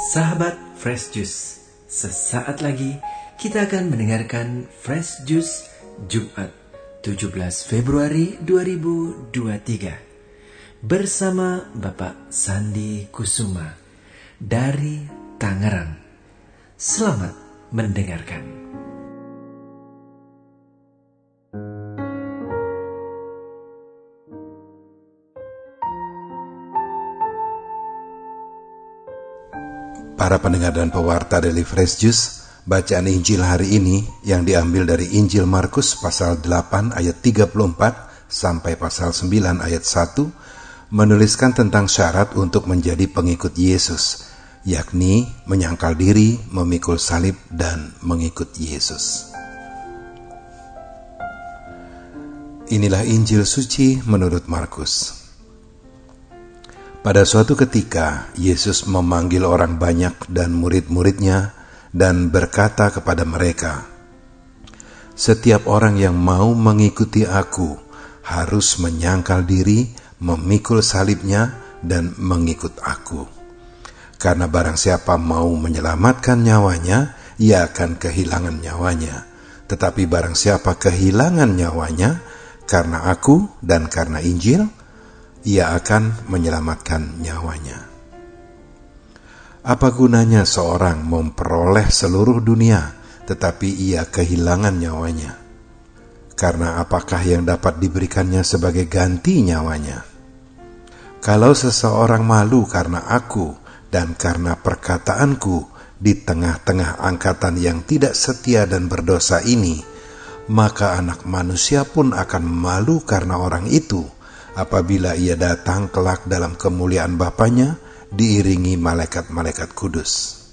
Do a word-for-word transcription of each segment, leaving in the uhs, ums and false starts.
Sahabat Fresh Juice, sesaat lagi kita akan mendengarkan Fresh Juice Jumat tujuh belas Februari dua ribu dua puluh tiga bersama Bapak Sandi Kusuma dari Tangerang. Selamat mendengarkan. Para pendengar dan pewarta dari Fresh Juice, bacaan Injil hari ini yang diambil dari Injil Markus pasal delapan ayat tiga puluh empat sampai pasal sembilan ayat satu menuliskan tentang syarat untuk menjadi pengikut Yesus, yakni menyangkal diri, memikul salib, dan mengikut Yesus. Inilah Injil suci menurut Markus. Pada suatu ketika, Yesus memanggil orang banyak dan murid-muridnya dan berkata kepada mereka, "Setiap orang yang mau mengikuti aku harus menyangkal diri, memikul salibnya, dan mengikut aku. Karena barang siapa mau menyelamatkan nyawanya, ia akan kehilangan nyawanya. Tetapi barang siapa kehilangan nyawanya karena aku dan karena Injil, ia akan menyelamatkan nyawanya. Apa gunanya seorang memperoleh seluruh dunia, tetapi ia kehilangan nyawanya? Karena apakah yang dapat diberikannya sebagai ganti nyawanya? Kalau seseorang malu karena aku dan karena perkataanku di tengah-tengah angkatan yang tidak setia dan berdosa ini, maka Anak Manusia pun akan malu karena orang itu, apabila ia datang kelak dalam kemuliaan Bapanya diiringi malaikat-malaikat kudus."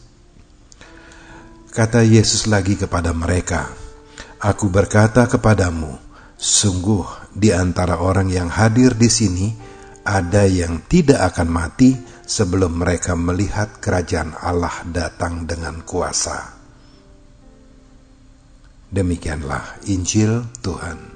Kata Yesus lagi kepada mereka, "Aku berkata kepadamu, sungguh di antara orang yang hadir di sini ada yang tidak akan mati sebelum mereka melihat kerajaan Allah datang dengan kuasa." Demikianlah Injil Tuhan.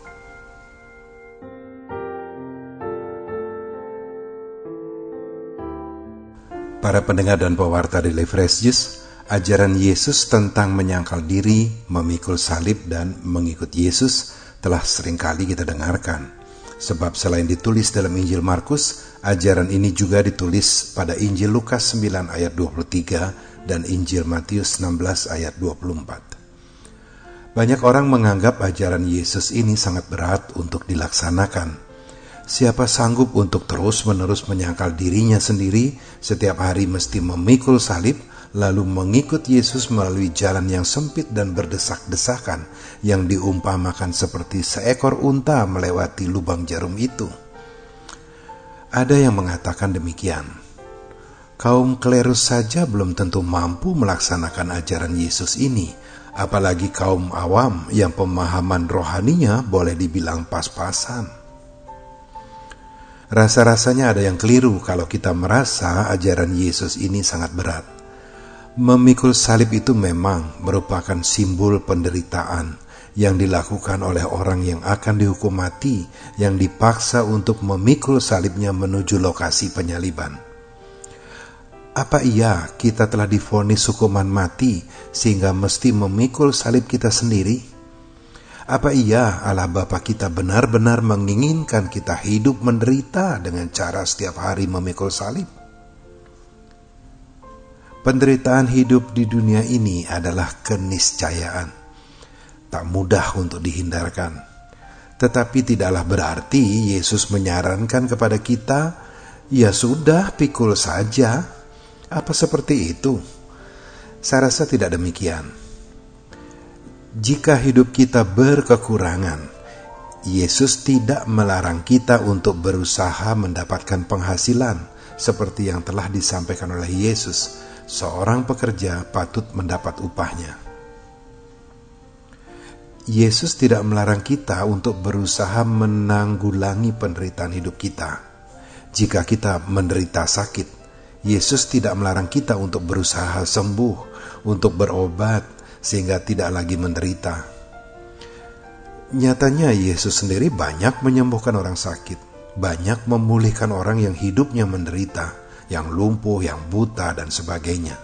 Para pendengar dan pewarta dari Fresh Juice, ajaran Yesus tentang menyangkal diri, memikul salib, dan mengikut Yesus telah seringkali kita dengarkan. Sebab selain ditulis dalam Injil Markus, ajaran ini juga ditulis pada Injil Lukas sembilan ayat dua puluh tiga dan Injil Matius enam belas ayat dua puluh empat. Banyak orang menganggap ajaran Yesus ini sangat berat untuk dilaksanakan. Siapa sanggup untuk terus-menerus menyangkal dirinya sendiri, setiap hari mesti memikul salib, lalu mengikut Yesus melalui jalan yang sempit dan berdesak-desakan, yang diumpamakan seperti seekor unta melewati lubang jarum itu? Ada yang mengatakan demikian. Kaum klerus saja belum tentu mampu melaksanakan ajaran Yesus ini, apalagi kaum awam yang pemahaman rohaninya boleh dibilang pas-pasan. Rasa-rasanya ada yang keliru kalau kita merasa ajaran Yesus ini sangat berat. Memikul salib itu memang merupakan simbol penderitaan yang dilakukan oleh orang yang akan dihukum mati, yang dipaksa untuk memikul salibnya menuju lokasi penyaliban. Apa iya kita telah divonis hukuman mati sehingga mesti memikul salib kita sendiri? Apa iya Allah Bapa kita benar-benar menginginkan kita hidup menderita dengan cara setiap hari memikul salib? Penderitaan hidup di dunia ini adalah keniscayaan, tak mudah untuk dihindarkan. Tetapi tidaklah berarti Yesus menyarankan kepada kita, ya sudah pikul saja. Apa seperti itu? Saya rasa tidak demikian. Jika hidup kita berkekurangan, Yesus tidak melarang kita untuk berusaha mendapatkan penghasilan seperti yang telah disampaikan oleh Yesus. Seorang pekerja patut mendapat upahnya. Yesus tidak melarang kita untuk berusaha menanggulangi penderitaan hidup kita. Jika kita menderita sakit, Yesus tidak melarang kita untuk berusaha sembuh, untuk berobat, sehingga tidak lagi menderita. Nyatanya Yesus sendiri banyak menyembuhkan orang sakit, banyak memulihkan orang yang hidupnya menderita, yang lumpuh, yang buta, dan sebagainya.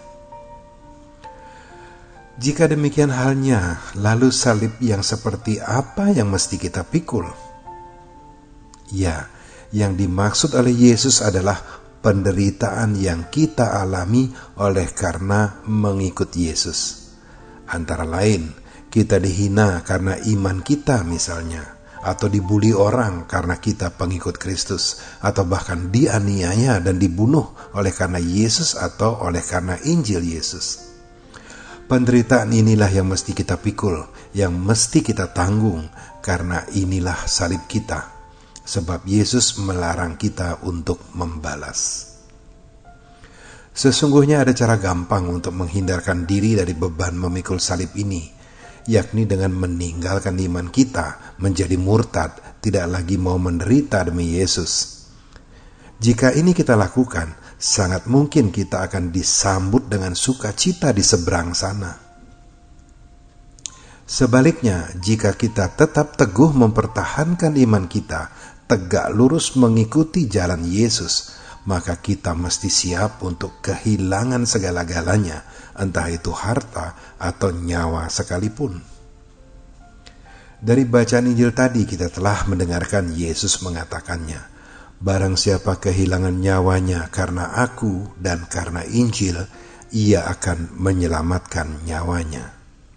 Jika demikian halnya, lalu salib yang seperti apa yang mesti kita pikul? Ya, yang dimaksud oleh Yesus adalah penderitaan yang kita alami oleh karena mengikut Yesus. Antara lain, kita dihina karena iman kita misalnya, atau dibuli orang karena kita pengikut Kristus, atau bahkan dianiaya dan dibunuh oleh karena Yesus atau oleh karena Injil Yesus. Penderitaan inilah yang mesti kita pikul, yang mesti kita tanggung, karena inilah salib kita. Sebab Yesus melarang kita untuk membalas. Sesungguhnya ada cara gampang untuk menghindarkan diri dari beban memikul salib ini, yakni dengan meninggalkan iman kita, menjadi murtad, tidak lagi mau menderita demi Yesus. Jika ini kita lakukan, sangat mungkin kita akan disambut dengan sukacita di seberang sana. Sebaliknya, jika kita tetap teguh mempertahankan iman kita, tegak lurus mengikuti jalan Yesus, maka kita mesti siap untuk kehilangan segala-galanya, entah itu harta atau nyawa sekalipun. Dari bacaan Injil tadi kita telah mendengarkan Yesus mengatakannya, barang siapa kehilangan nyawanya karena aku dan karena Injil, ia akan menyelamatkan nyawanya.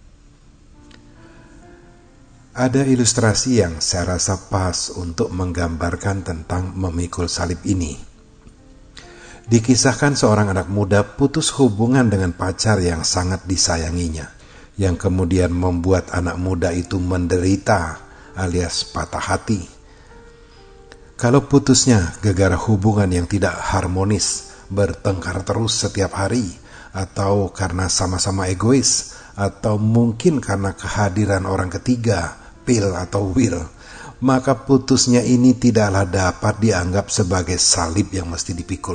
Ada ilustrasi yang saya rasa pas untuk menggambarkan tentang memikul salib ini. Dikisahkan seorang anak muda putus hubungan dengan pacar yang sangat disayanginya, yang kemudian membuat anak muda itu menderita alias patah hati. Kalau putusnya gara-gara hubungan yang tidak harmonis, bertengkar terus setiap hari, atau karena sama-sama egois, atau mungkin karena kehadiran orang ketiga, pil atau will, maka putusnya ini tidaklah dapat dianggap sebagai salib yang mesti dipikul.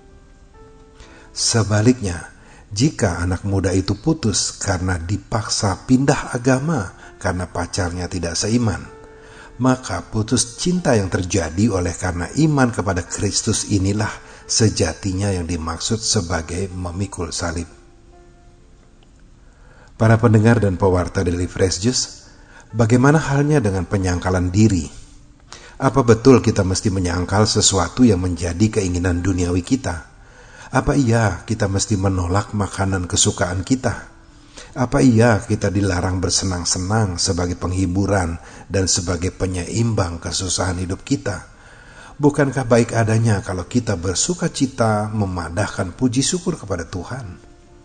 Sebaliknya, jika anak muda itu putus karena dipaksa pindah agama karena pacarnya tidak seiman, maka putus cinta yang terjadi oleh karena iman kepada Kristus inilah sejatinya yang dimaksud sebagai memikul salib. Para pendengar dan pewarta Daily Fresh Juice, bagaimana halnya dengan penyangkalan diri? Apa betul kita mesti menyangkal sesuatu yang menjadi keinginan duniawi kita? Apa iya kita mesti menolak makanan kesukaan kita? Apa iya kita dilarang bersenang-senang sebagai penghiburan dan sebagai penyeimbang kesusahan hidup kita? Bukankah baik adanya kalau kita bersuka cita memadahkan puji syukur kepada Tuhan?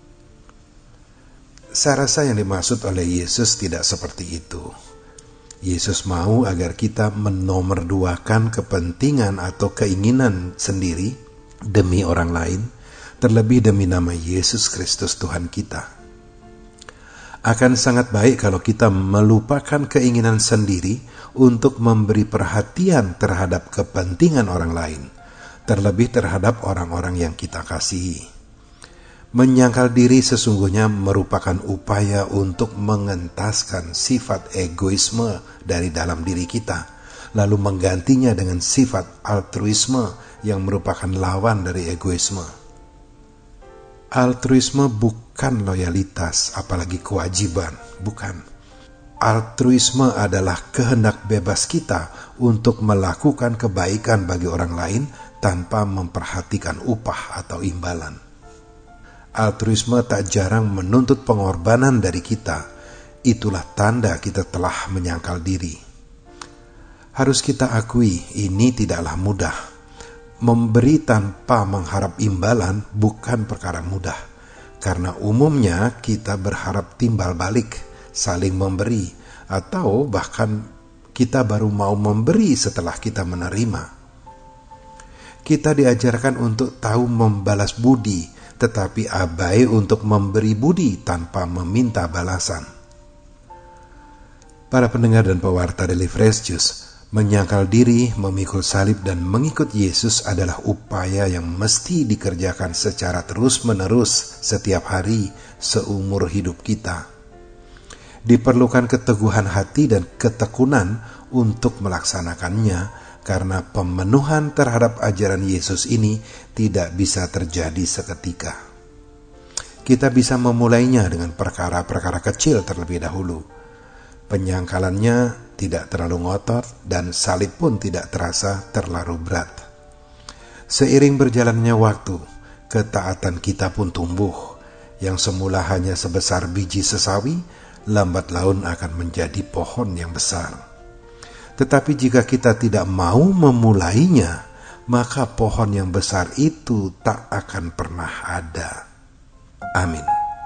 Saya rasa yang dimaksud oleh Yesus tidak seperti itu. Yesus mau agar kita menomorduakan kepentingan atau keinginan sendiri demi orang lain, terlebih demi nama Yesus Kristus Tuhan kita. Akan sangat baik kalau kita melupakan keinginan sendiri untuk memberi perhatian terhadap kepentingan orang lain, terlebih terhadap orang-orang yang kita kasihi. Menyangkal diri sesungguhnya merupakan upaya untuk mengentaskan sifat egoisme dari dalam diri kita, lalu menggantinya dengan sifat altruisme yang merupakan lawan dari egoisme. Altruisme bukan loyalitas, apalagi kewajiban, bukan. Altruisme adalah kehendak bebas kita untuk melakukan kebaikan bagi orang lain tanpa memperhatikan upah atau imbalan. Altruisme tak jarang menuntut pengorbanan dari kita. Itulah tanda kita telah menyangkal diri. Harus kita akui, ini tidaklah mudah. Memberi tanpa mengharap imbalan bukan perkara mudah, karena umumnya kita berharap timbal balik, saling memberi, atau bahkan kita baru mau memberi setelah kita menerima. Kita diajarkan untuk tahu membalas budi, tetapi abai untuk memberi budi tanpa meminta balasan. Para pendengar dan pewarta Daily Fresh Juice, menyangkal diri, memikul salib, dan mengikut Yesus adalah upaya yang mesti dikerjakan secara terus-menerus setiap hari seumur hidup kita. Diperlukan keteguhan hati dan ketekunan untuk melaksanakannya, karena pemenuhan terhadap ajaran Yesus ini tidak bisa terjadi seketika. Kita bisa memulainya dengan perkara-perkara kecil terlebih dahulu. Penyangkalannya tidak terlalu ngotot dan salib pun tidak terasa terlalu berat. Seiring berjalannya waktu, ketaatan kita pun tumbuh. Yang semula hanya sebesar biji sesawi, lambat laun akan menjadi pohon yang besar. Tetapi jika kita tidak mau memulainya, maka pohon yang besar itu tak akan pernah ada. Amin.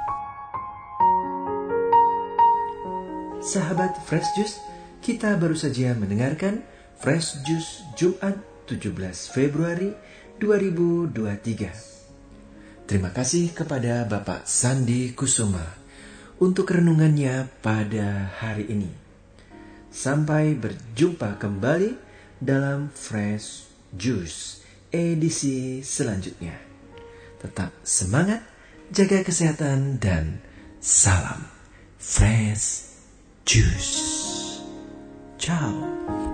Sahabat Fresh Juice, kita baru saja mendengarkan Fresh Juice Jumat tujuh belas Februari dua ribu dua puluh tiga. Terima kasih kepada Bapak Sandi Kusuma untuk renungannya pada hari ini. Sampai berjumpa kembali dalam Fresh Juice edisi selanjutnya. Tetap semangat, jaga kesehatan, dan salam Fresh Juice. Ciao.